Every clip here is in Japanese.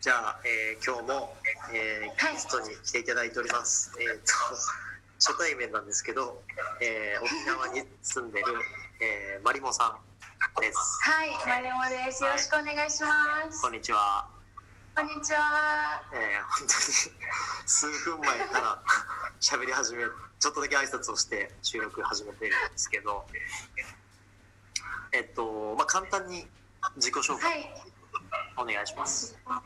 じゃあ、今日も、ゲストに来ていただいております。初対面なんですけど、沖縄に住んでる、マリモさんです。 はい、マリモです。よろしくお願いします。 こんにちは。 こんにちは。 本当に数分前から喋り始め、ちょっとだけ挨拶をして収録始めてるんですけど、簡単に自己紹介お願いします。 はい、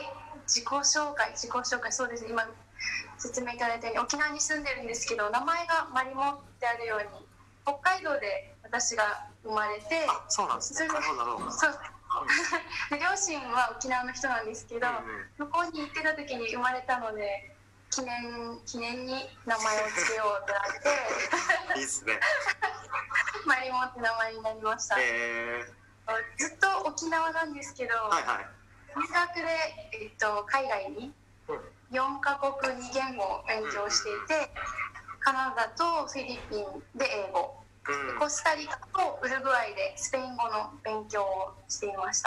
自己紹介、そうですね。今説明いただいたように沖縄に住んでるんですけど、名前がマリモってあるように、北海道で私が生まれて、 そうなんですね。なるほど。 そうで両親は沖縄の人なんですけど、向こうに行ってた時に生まれたので、記念に名前を付けようってなっていいっすね。 マリモって名前になりました。ずっと沖縄なんですけど、留学で、海外に4カ国2言語を勉強していて、カナダとフィリピンで英語、コスタリカとウルグアイでスペイン語の勉強をしていました。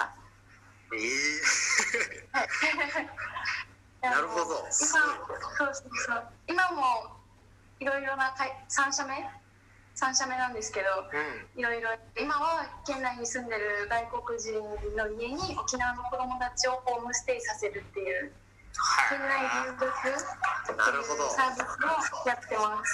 なるほど。 今もいろいろな3社目なんですけど、いろいろ今は県内に住んでる外国人の家に沖縄の子どもたちをホームステイさせるっていう県内留学っていうサービスをやってます。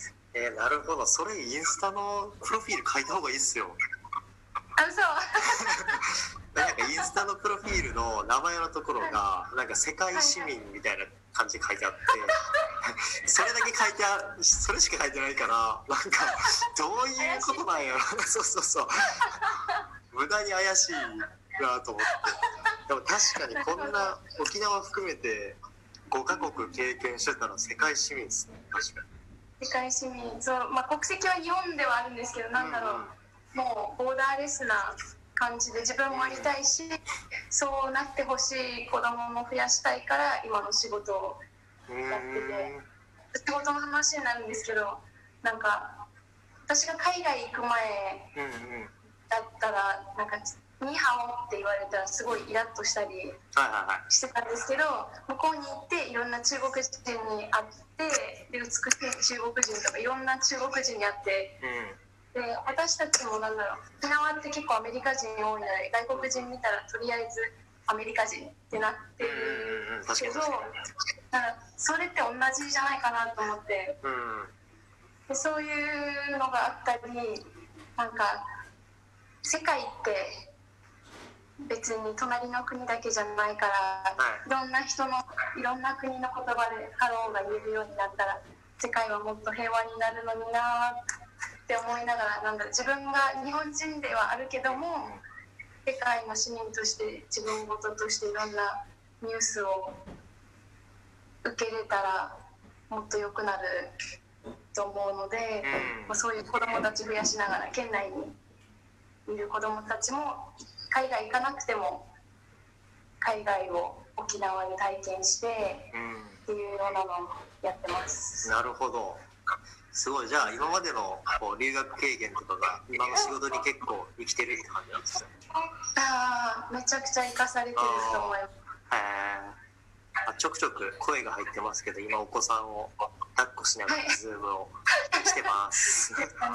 なるほど。それインスタのプロフィール書いた方がいいっすよ。 嘘なんかインスタのプロフィールの名前のところがなんか世界市民みたいな感じで書いてあってそれだけ書いてそれしか書いてないから、なんかどういうことなんやろそう無駄に怪しいなと思って。でも確かにこんな沖縄含めて5カ国経験してたら世界市民ですね。確かに世界市民、そう、国籍は日本ではあるんですけど、なんだろう、もうボーダーレスな感じで自分もありたいし、そうなってほしい子供も増やしたいから今の仕事をやってて、仕事の話になるんですけど、なんか私が海外行く前だったらなんかニーハオって言われたらすごいイラッとしたりしてたんですけど、向こうに行っていろんな中国人に会ってで、美しい中国人とかいろんな中国人に会って、で私たちもなんだろう、沖縄って結構アメリカ人多いので、外国人見たらとりあえずアメリカ人ってなってるんですけど、それって同じじゃないかなと思って、でそういうのがあったり、なんか世界って別に隣の国だけじゃないから、いろんな人のいろんな国の言葉でハローが言えるようになったら世界はもっと平和になるのになって思いながら、なんだ自分が日本人ではあるけども世界の市民として自分事としていろんなニュースを受けれたらもっと良くなると思うので、そういう子どもたち増やしながら県内にいる子どもたちも海外行かなくても海外を沖縄で体験してっていうようなのをやってます。 なるほど。すごい。じゃあ今までの留学経験とかが今の仕事に結構生きてるって感じなんですね。 めちゃくちゃ生かされてると思います。 ちょくちょく声が入ってますけど、今お子さんを抱っこしながらズームをしてます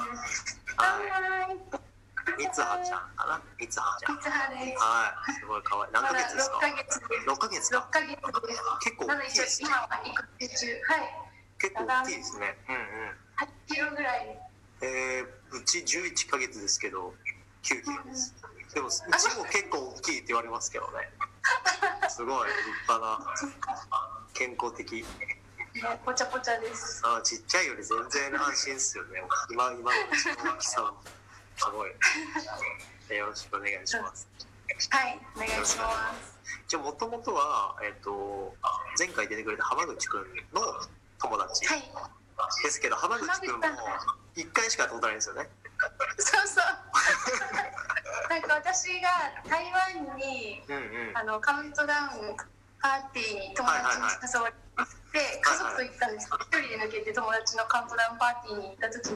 みつはちゃんかな。みつはちゃん。 みつはです。 すごい可愛い。何ヶ月ですか？6ヶ月か。 6ヶ月です。 結構大きいですね。 今は育児中。 結構大きいですね。 8キロぐらい。 うち11ヶ月ですけど9キロです。でもうちも結構大きいって言われますけどね。すごい立派な健康的。 ぽちゃぽちゃです。 ちっちゃいより全然安心ですよね。今のうちの大きさはすごい。よろしくお願いします。 はい、お願いします。 じゃあもともとは前回出てくれた浜口くんの友達ですけど、浜口くんも1回しか会ったことないんですよね。 そうなんか私が台湾にカウントダウンパーティーに友達に誘われて家族と行ったんですけど、一人で抜けて友達のカウントダウンパーティーに行った時に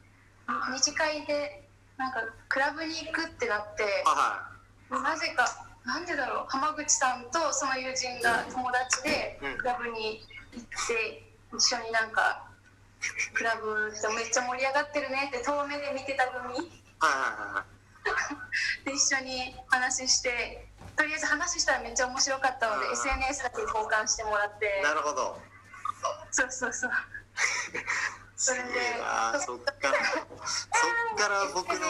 二次会でなんかクラブに行くってなって、なぜかなんでだろう、浜口さんとその友人が友達でクラブに行って一緒になんかクラブでめっちゃ盛り上がってるねって遠目で見てた組で一緒に話して、とりあえず話したらめっちゃ面白かったので SNS だけ交換してもらって。 なるほど。 そうそれでそっから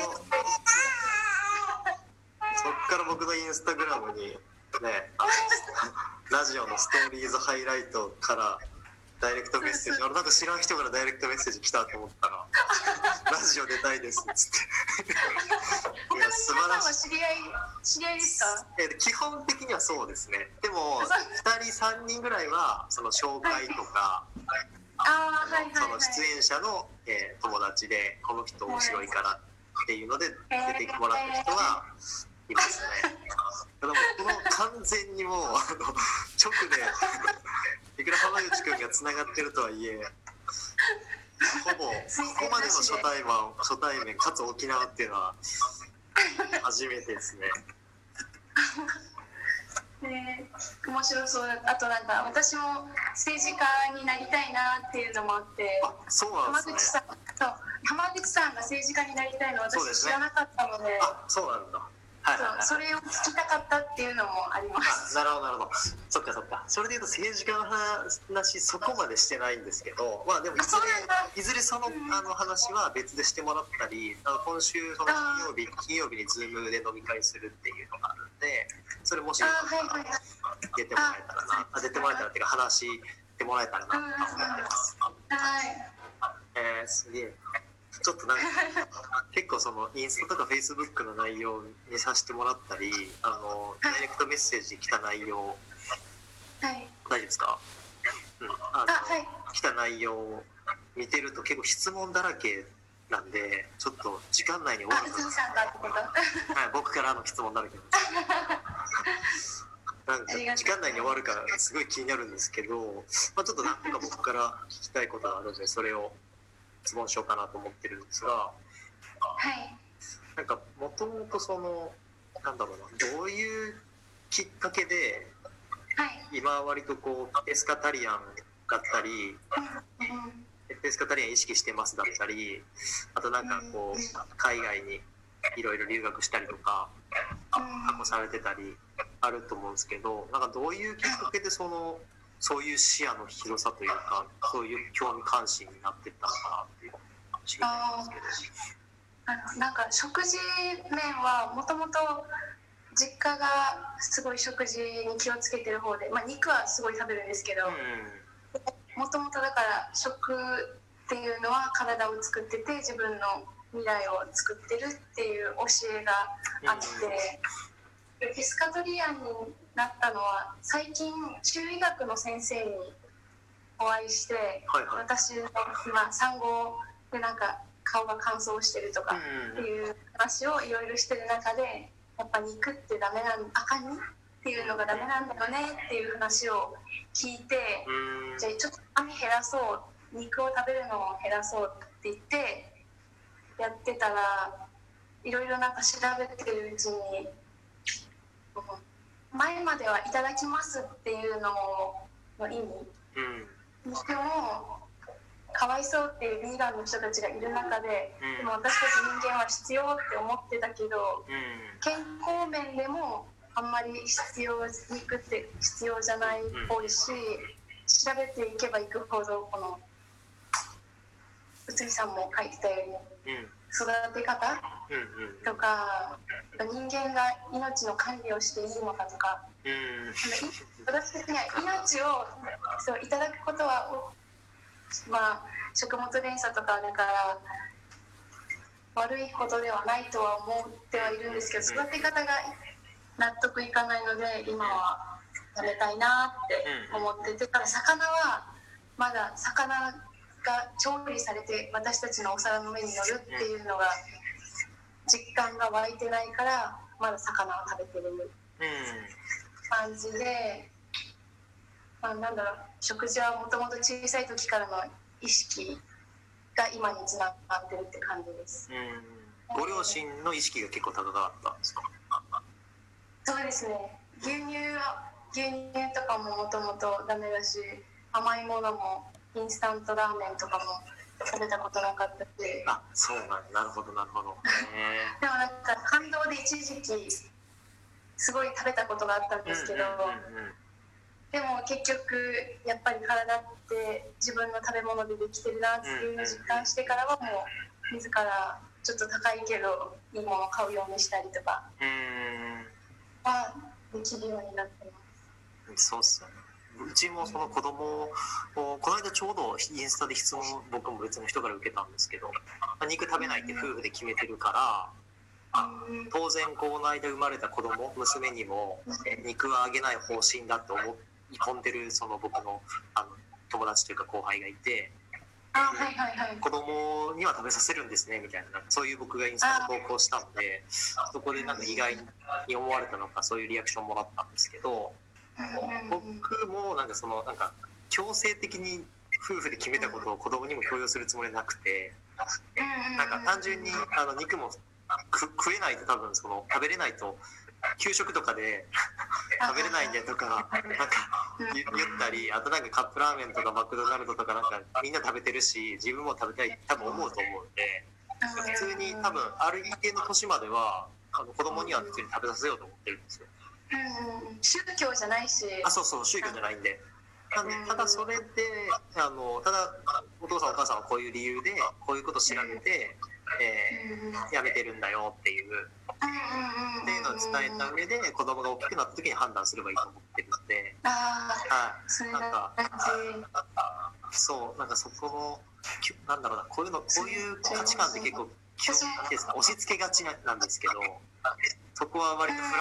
僕のインスタグラムにね、ラジオのストーリーズハイライトからダイレクトメッセージ、俺なんか知らん人からダイレクトメッセージ来たと思ったらラジオ出たいですっつっていや素晴らしい。 知り合いですか？ 基本的にはそうですね。でも2人3人ぐらいはその紹介とか、その出演者の、友達でこの人面白いからっていうので出てもらった人はいますね。でもこの完全にもう直でいくら浜口くんがつながってるとはいえ、ほぼここまでの初対面かつ沖縄っていうのは初めてですね。 面白そう。あとなんか私も政治家になりたいなっていうのもあって、 そうなんですね。 浜口さんが政治家になりたいの私知らなかったので、 そうなんだ。 それを聞きたかったっていうのもあります。 なるほど。そっか。それでいうと政治家の話そこまでしてないんですけど、まあでもいずれその話は別でしてもらったり、今週その金曜日にズームで飲み会するっていうのがあるんで、それもしよかったら出てもらえたらっていうか話してもらえたらなと思ってます。すげえ。ちょっとなんか結構そのインスタとかフェイスブックの内容にさせてもらったり、ダイレクトメッセージ来た内容、大丈夫ですか？来た内容を見てると結構質問だらけなんで、ちょっと時間内に終わるかな。僕からの質問だらけなんですなんか時間内に終わるかすごい気になるんですけど、ちょっと何個か僕から聞きたいことがあるので、それを質問しようかなと思ってるんですが、なんかもともとそのどういうきっかけで、今は割とこうペスカタリアンだったり、ペスカタリアン意識してますだったり、あとなんかこう海外にいろいろ留学したりとか過去されてたりあると思うんですけど、なんかどういうきっかけでそういう視野の広さというか、そういう興味関心になっていったのかなっていうのを知りたいんですけど。 なんか食事面はもともと実家がすごい食事に気をつけてる方で、肉はすごい食べるんですけど、もともとだから食っていうのは体を作ってて自分の未来を作ってるっていう教えがあって、ペスカトリアンになったのは最近中医学の先生にお会いして、私の今産後でなんか顔が乾燥してるとかっていう話をいろいろしてる中で、やっぱ肉って赤身っていうのがダメなんだよねっていう話を聞いて、じゃあちょっと網減らそう、肉を食べるのを減らそうって言ってやってたら、いろいろなんか調べてるうちに、前まではいただきますっていうのの意味、肉もかわいそうっていうビーガンの人たちがいる中で、でも私たち人間は必要って思ってたけど、健康面でもあんまり肉って必要じゃないっぽいし、調べていけばいくほどこの宇津木さんも書いてたように、育て方とか、人間が命の管理をしていいのかとか、私的には命をいただくことは食物連鎖とかだから悪いことではないとは思ってはいるんですけど、育て方が納得いかないので今はやめたいなって思ってて、ただ魚はまだ魚が調理されて私たちのお皿の上に乗るっていうのが実感が湧いてないから、まだ魚を食べてる感じで、食事はもともと小さい時からの意識が今につながってるって感じです。 ご両親の意識が結構高かったんですか？ そうですね。牛乳とかももともとダメだし、甘いものもインスタントラーメンとかも食べたことなかったし。 あ、そうなんだ。なるほどなるほど。 でもなんか感動で一時期すごい食べたことがあったんですけど、でも結局やっぱり体って自分の食べ物でできてるなっていうのを実感してからはもう自らちょっと高いけどいいものを買うようにしたりとかはできるようになってます。 そうっすよね。うちもその子供をこの間ちょうどインスタで質問僕も別の人から受けたんですけど、肉食べないって夫婦で決めてるから当然この間生まれた子供娘にも肉はあげない方針だって思い込んでるその僕の友達というか後輩がいて、子供には食べさせるんですねみたいな、なんかそういう僕がインスタで投稿したので、そこでなんか意外に思われたのかそういうリアクションもらったんですけど、僕もなんかなんか強制的に夫婦で決めたことを子供にも強要するつもりなくて、なんか単純に肉も食えないと多分食べれないと給食とかで食べれないんでとかなんか言ったり、あとなんかカップラーメンとかマクドナルドとかなんかみんな食べてるし自分も食べたいって多分思うと思うんで、普通に多分ある一定の年までは子供には普通に食べさせようと思ってるんですよ。 宗教じゃないし。 そうそう、宗教じゃないんで。ただそれでただお父さんお母さんはこういう理由でこういうこと調べて、やめてるんだよっていうのを伝えた上で子供が大きくなった時に判断すればいいと思ってるので、なんかそうなんかそこのなんだろうな、こういう価値観って結構なんていうんですか、押し付けがちなんですけど、そこは割と